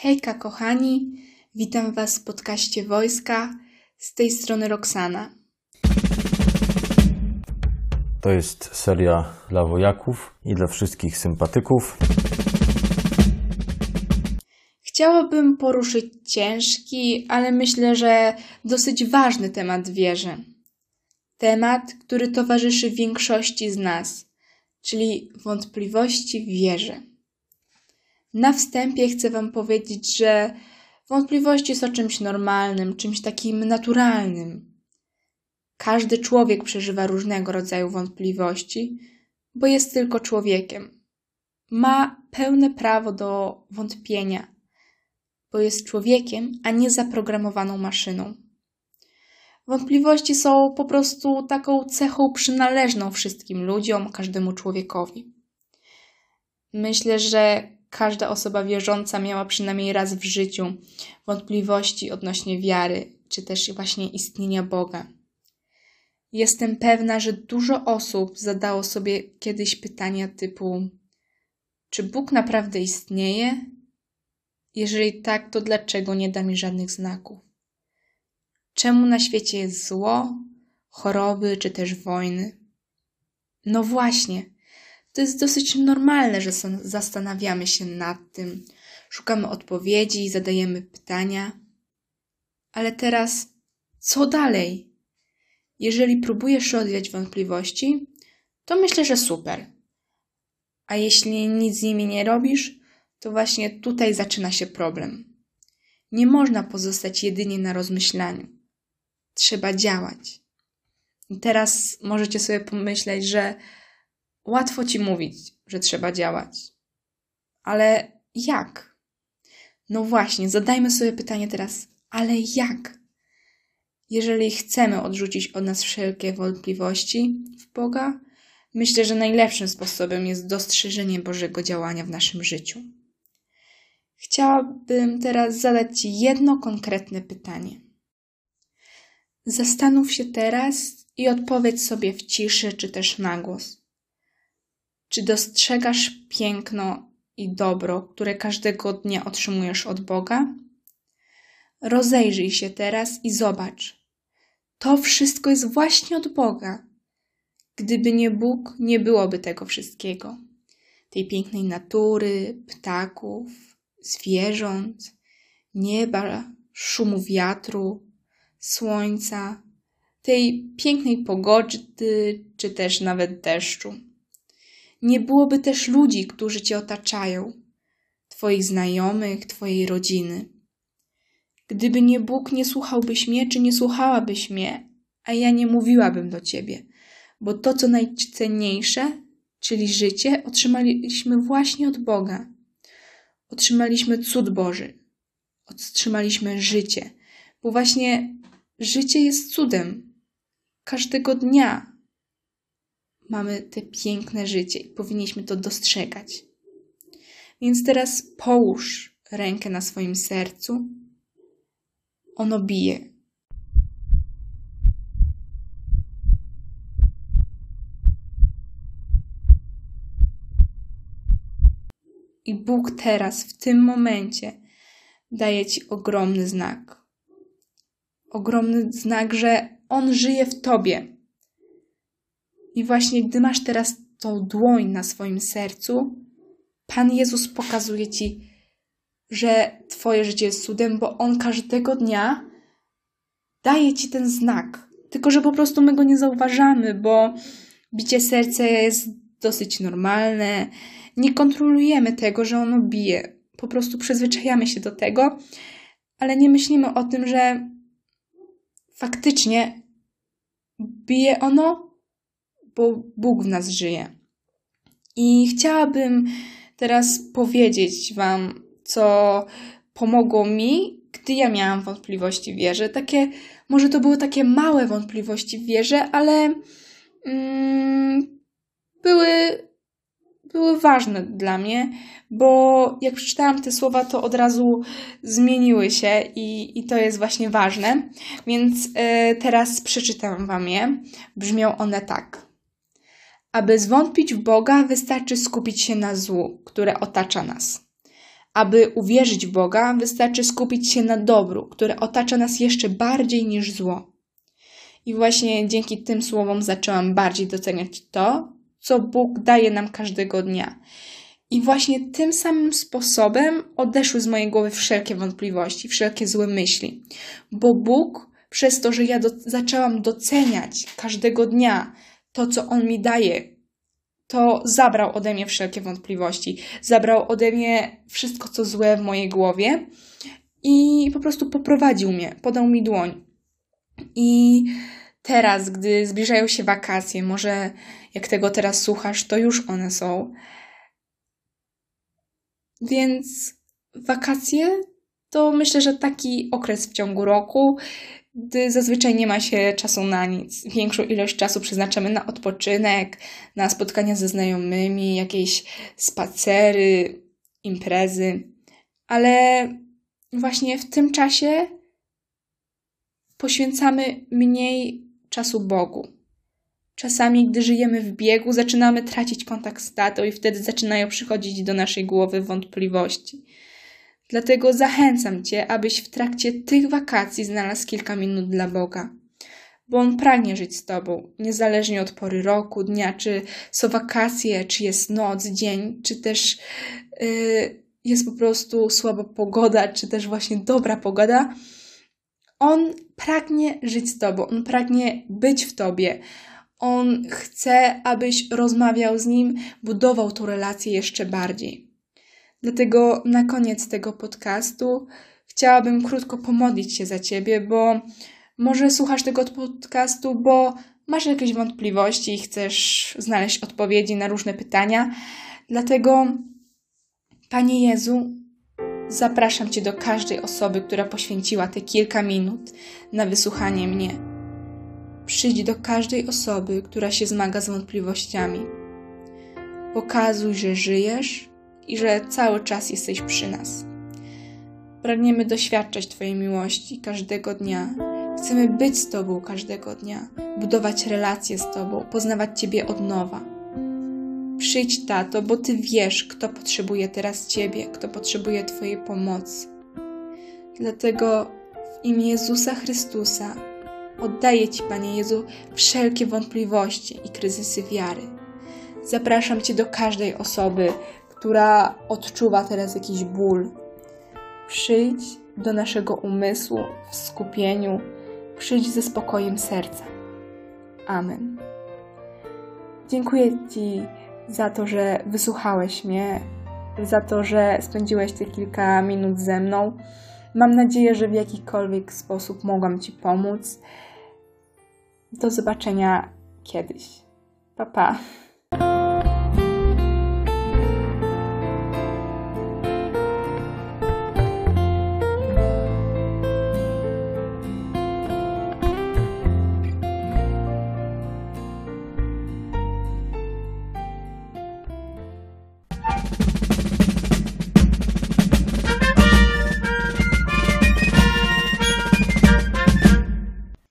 Hejka kochani, witam Was w podcaście Wojska, z tej strony Roxana. To jest seria dla wojaków i dla wszystkich sympatyków. Chciałabym poruszyć ciężki, ale myślę, że dosyć ważny temat wierze. Temat, który towarzyszy większości z nas, czyli wątpliwości w wierze. Na wstępie chcę Wam powiedzieć, że wątpliwości są czymś normalnym, czymś takim naturalnym. Każdy człowiek przeżywa różnego rodzaju wątpliwości, bo jest tylko człowiekiem. Ma pełne prawo do wątpienia, bo jest człowiekiem, a nie zaprogramowaną maszyną. Wątpliwości są po prostu taką cechą przynależną wszystkim ludziom, każdemu człowiekowi. Myślę, że każda osoba wierząca miała przynajmniej raz w życiu wątpliwości odnośnie wiary, czy też właśnie istnienia Boga. Jestem pewna, że dużo osób zadało sobie kiedyś pytania typu: czy Bóg naprawdę istnieje? Jeżeli tak, to dlaczego nie da mi żadnych znaków? Czemu na świecie jest zło, choroby, czy też wojny? No właśnie. To jest dosyć normalne, że zastanawiamy się nad tym, szukamy odpowiedzi, zadajemy pytania. Ale teraz, co dalej? Jeżeli próbujesz rozwiać wątpliwości, to myślę, że super. A jeśli nic z nimi nie robisz, to właśnie tutaj zaczyna się problem. Nie można pozostać jedynie na rozmyślaniu. Trzeba działać. I teraz możecie sobie pomyśleć, że łatwo Ci mówić, że trzeba działać. Ale jak? No właśnie, zadajmy sobie pytanie teraz, ale jak? Jeżeli chcemy odrzucić od nas wszelkie wątpliwości w Boga, myślę, że najlepszym sposobem jest dostrzeżenie Bożego działania w naszym życiu. Chciałabym teraz zadać Ci jedno konkretne pytanie. Zastanów się teraz i odpowiedz sobie w ciszy czy też na głos. Czy dostrzegasz piękno i dobro, które każdego dnia otrzymujesz od Boga? Rozejrzyj się teraz i zobacz. To wszystko jest właśnie od Boga. Gdyby nie Bóg, nie byłoby tego wszystkiego. Tej pięknej natury, ptaków, zwierząt, nieba, szumu wiatru, słońca, tej pięknej pogody, czy też nawet deszczu. Nie byłoby też ludzi, którzy Cię otaczają, Twoich znajomych, Twojej rodziny. Gdyby nie Bóg, nie słuchałbyś mnie, czy nie słuchałabyś mnie, a ja nie mówiłabym do Ciebie, bo to, co najcenniejsze, czyli życie, otrzymaliśmy właśnie od Boga. Otrzymaliśmy cud Boży. Otrzymaliśmy życie, bo właśnie życie jest cudem. Każdego dnia mamy te piękne życie i powinniśmy to dostrzegać. Więc teraz połóż rękę na swoim sercu. Ono bije. I Bóg teraz, w tym momencie, daje Ci ogromny znak. Ogromny znak, że On żyje w Tobie. I właśnie gdy masz teraz tą dłoń na swoim sercu, Pan Jezus pokazuje Ci, że Twoje życie jest cudem, bo On każdego dnia daje Ci ten znak. Tylko że po prostu my go nie zauważamy, bo bicie serca jest dosyć normalne. Nie kontrolujemy tego, że ono bije. Po prostu przyzwyczajamy się do tego, ale nie myślimy o tym, że faktycznie bije ono, bo Bóg w nas żyje. I chciałabym teraz powiedzieć Wam, co pomogło mi, gdy ja miałam wątpliwości w wierze. Może to były takie małe wątpliwości w wierze, ale były ważne dla mnie, bo jak przeczytałam te słowa, to od razu zmieniły się i to jest właśnie ważne. Więc teraz przeczytam Wam je. Brzmią one tak. Aby zwątpić w Boga, wystarczy skupić się na złu, które otacza nas. Aby uwierzyć w Boga, wystarczy skupić się na dobru, które otacza nas jeszcze bardziej niż zło. I właśnie dzięki tym słowom zaczęłam bardziej doceniać to, co Bóg daje nam każdego dnia. I właśnie tym samym sposobem odeszły z mojej głowy wszelkie wątpliwości, wszelkie złe myśli. Bo Bóg, przez to, że ja zaczęłam doceniać każdego dnia to, co On mi daje, to zabrał ode mnie wszelkie wątpliwości. Zabrał ode mnie wszystko, co złe w mojej głowie i po prostu poprowadził mnie, podał mi dłoń. I teraz, gdy zbliżają się wakacje, może jak tego teraz słuchasz, to już one są. Więc wakacje to myślę, że taki okres w ciągu roku, gdy zazwyczaj nie ma się czasu na nic. Większą ilość czasu przeznaczamy na odpoczynek, na spotkania ze znajomymi, jakieś spacery, imprezy. Ale właśnie w tym czasie poświęcamy mniej czasu Bogu. Czasami, gdy żyjemy w biegu, zaczynamy tracić kontakt z tatą i wtedy zaczynają przychodzić do naszej głowy wątpliwości. Dlatego zachęcam Cię, abyś w trakcie tych wakacji znalazł kilka minut dla Boga. Bo On pragnie żyć z Tobą, niezależnie od pory roku, dnia, czy są wakacje, czy jest noc, dzień, czy też jest po prostu słaba pogoda, czy też właśnie dobra pogoda. On pragnie żyć z Tobą, On pragnie być w Tobie. On chce, abyś rozmawiał z Nim, budował tą relację jeszcze bardziej. Dlatego na koniec tego podcastu chciałabym krótko pomodlić się za Ciebie, bo może słuchasz tego podcastu, bo masz jakieś wątpliwości i chcesz znaleźć odpowiedzi na różne pytania. Dlatego, Panie Jezu, zapraszam Cię do każdej osoby, która poświęciła te kilka minut na wysłuchanie mnie. Przyjdź do każdej osoby, która się zmaga z wątpliwościami. Pokazuj, że żyjesz i że cały czas jesteś przy nas. Pragniemy doświadczać Twojej miłości każdego dnia. Chcemy być z Tobą każdego dnia, budować relacje z Tobą, poznawać Ciebie od nowa. Przyjdź, Tato, bo Ty wiesz, kto potrzebuje teraz Ciebie, kto potrzebuje Twojej pomocy. Dlatego w imię Jezusa Chrystusa oddaję Ci, Panie Jezu, wszelkie wątpliwości i kryzysy wiary. Zapraszam Cię do każdej osoby, która odczuwa teraz jakiś ból. Przyjdź do naszego umysłu w skupieniu. Przyjdź ze spokojem serca. Amen. Dziękuję Ci za to, że wysłuchałeś mnie, za to, że spędziłeś te kilka minut ze mną. Mam nadzieję, że w jakikolwiek sposób mogłam Ci pomóc. Do zobaczenia kiedyś. Pa, pa.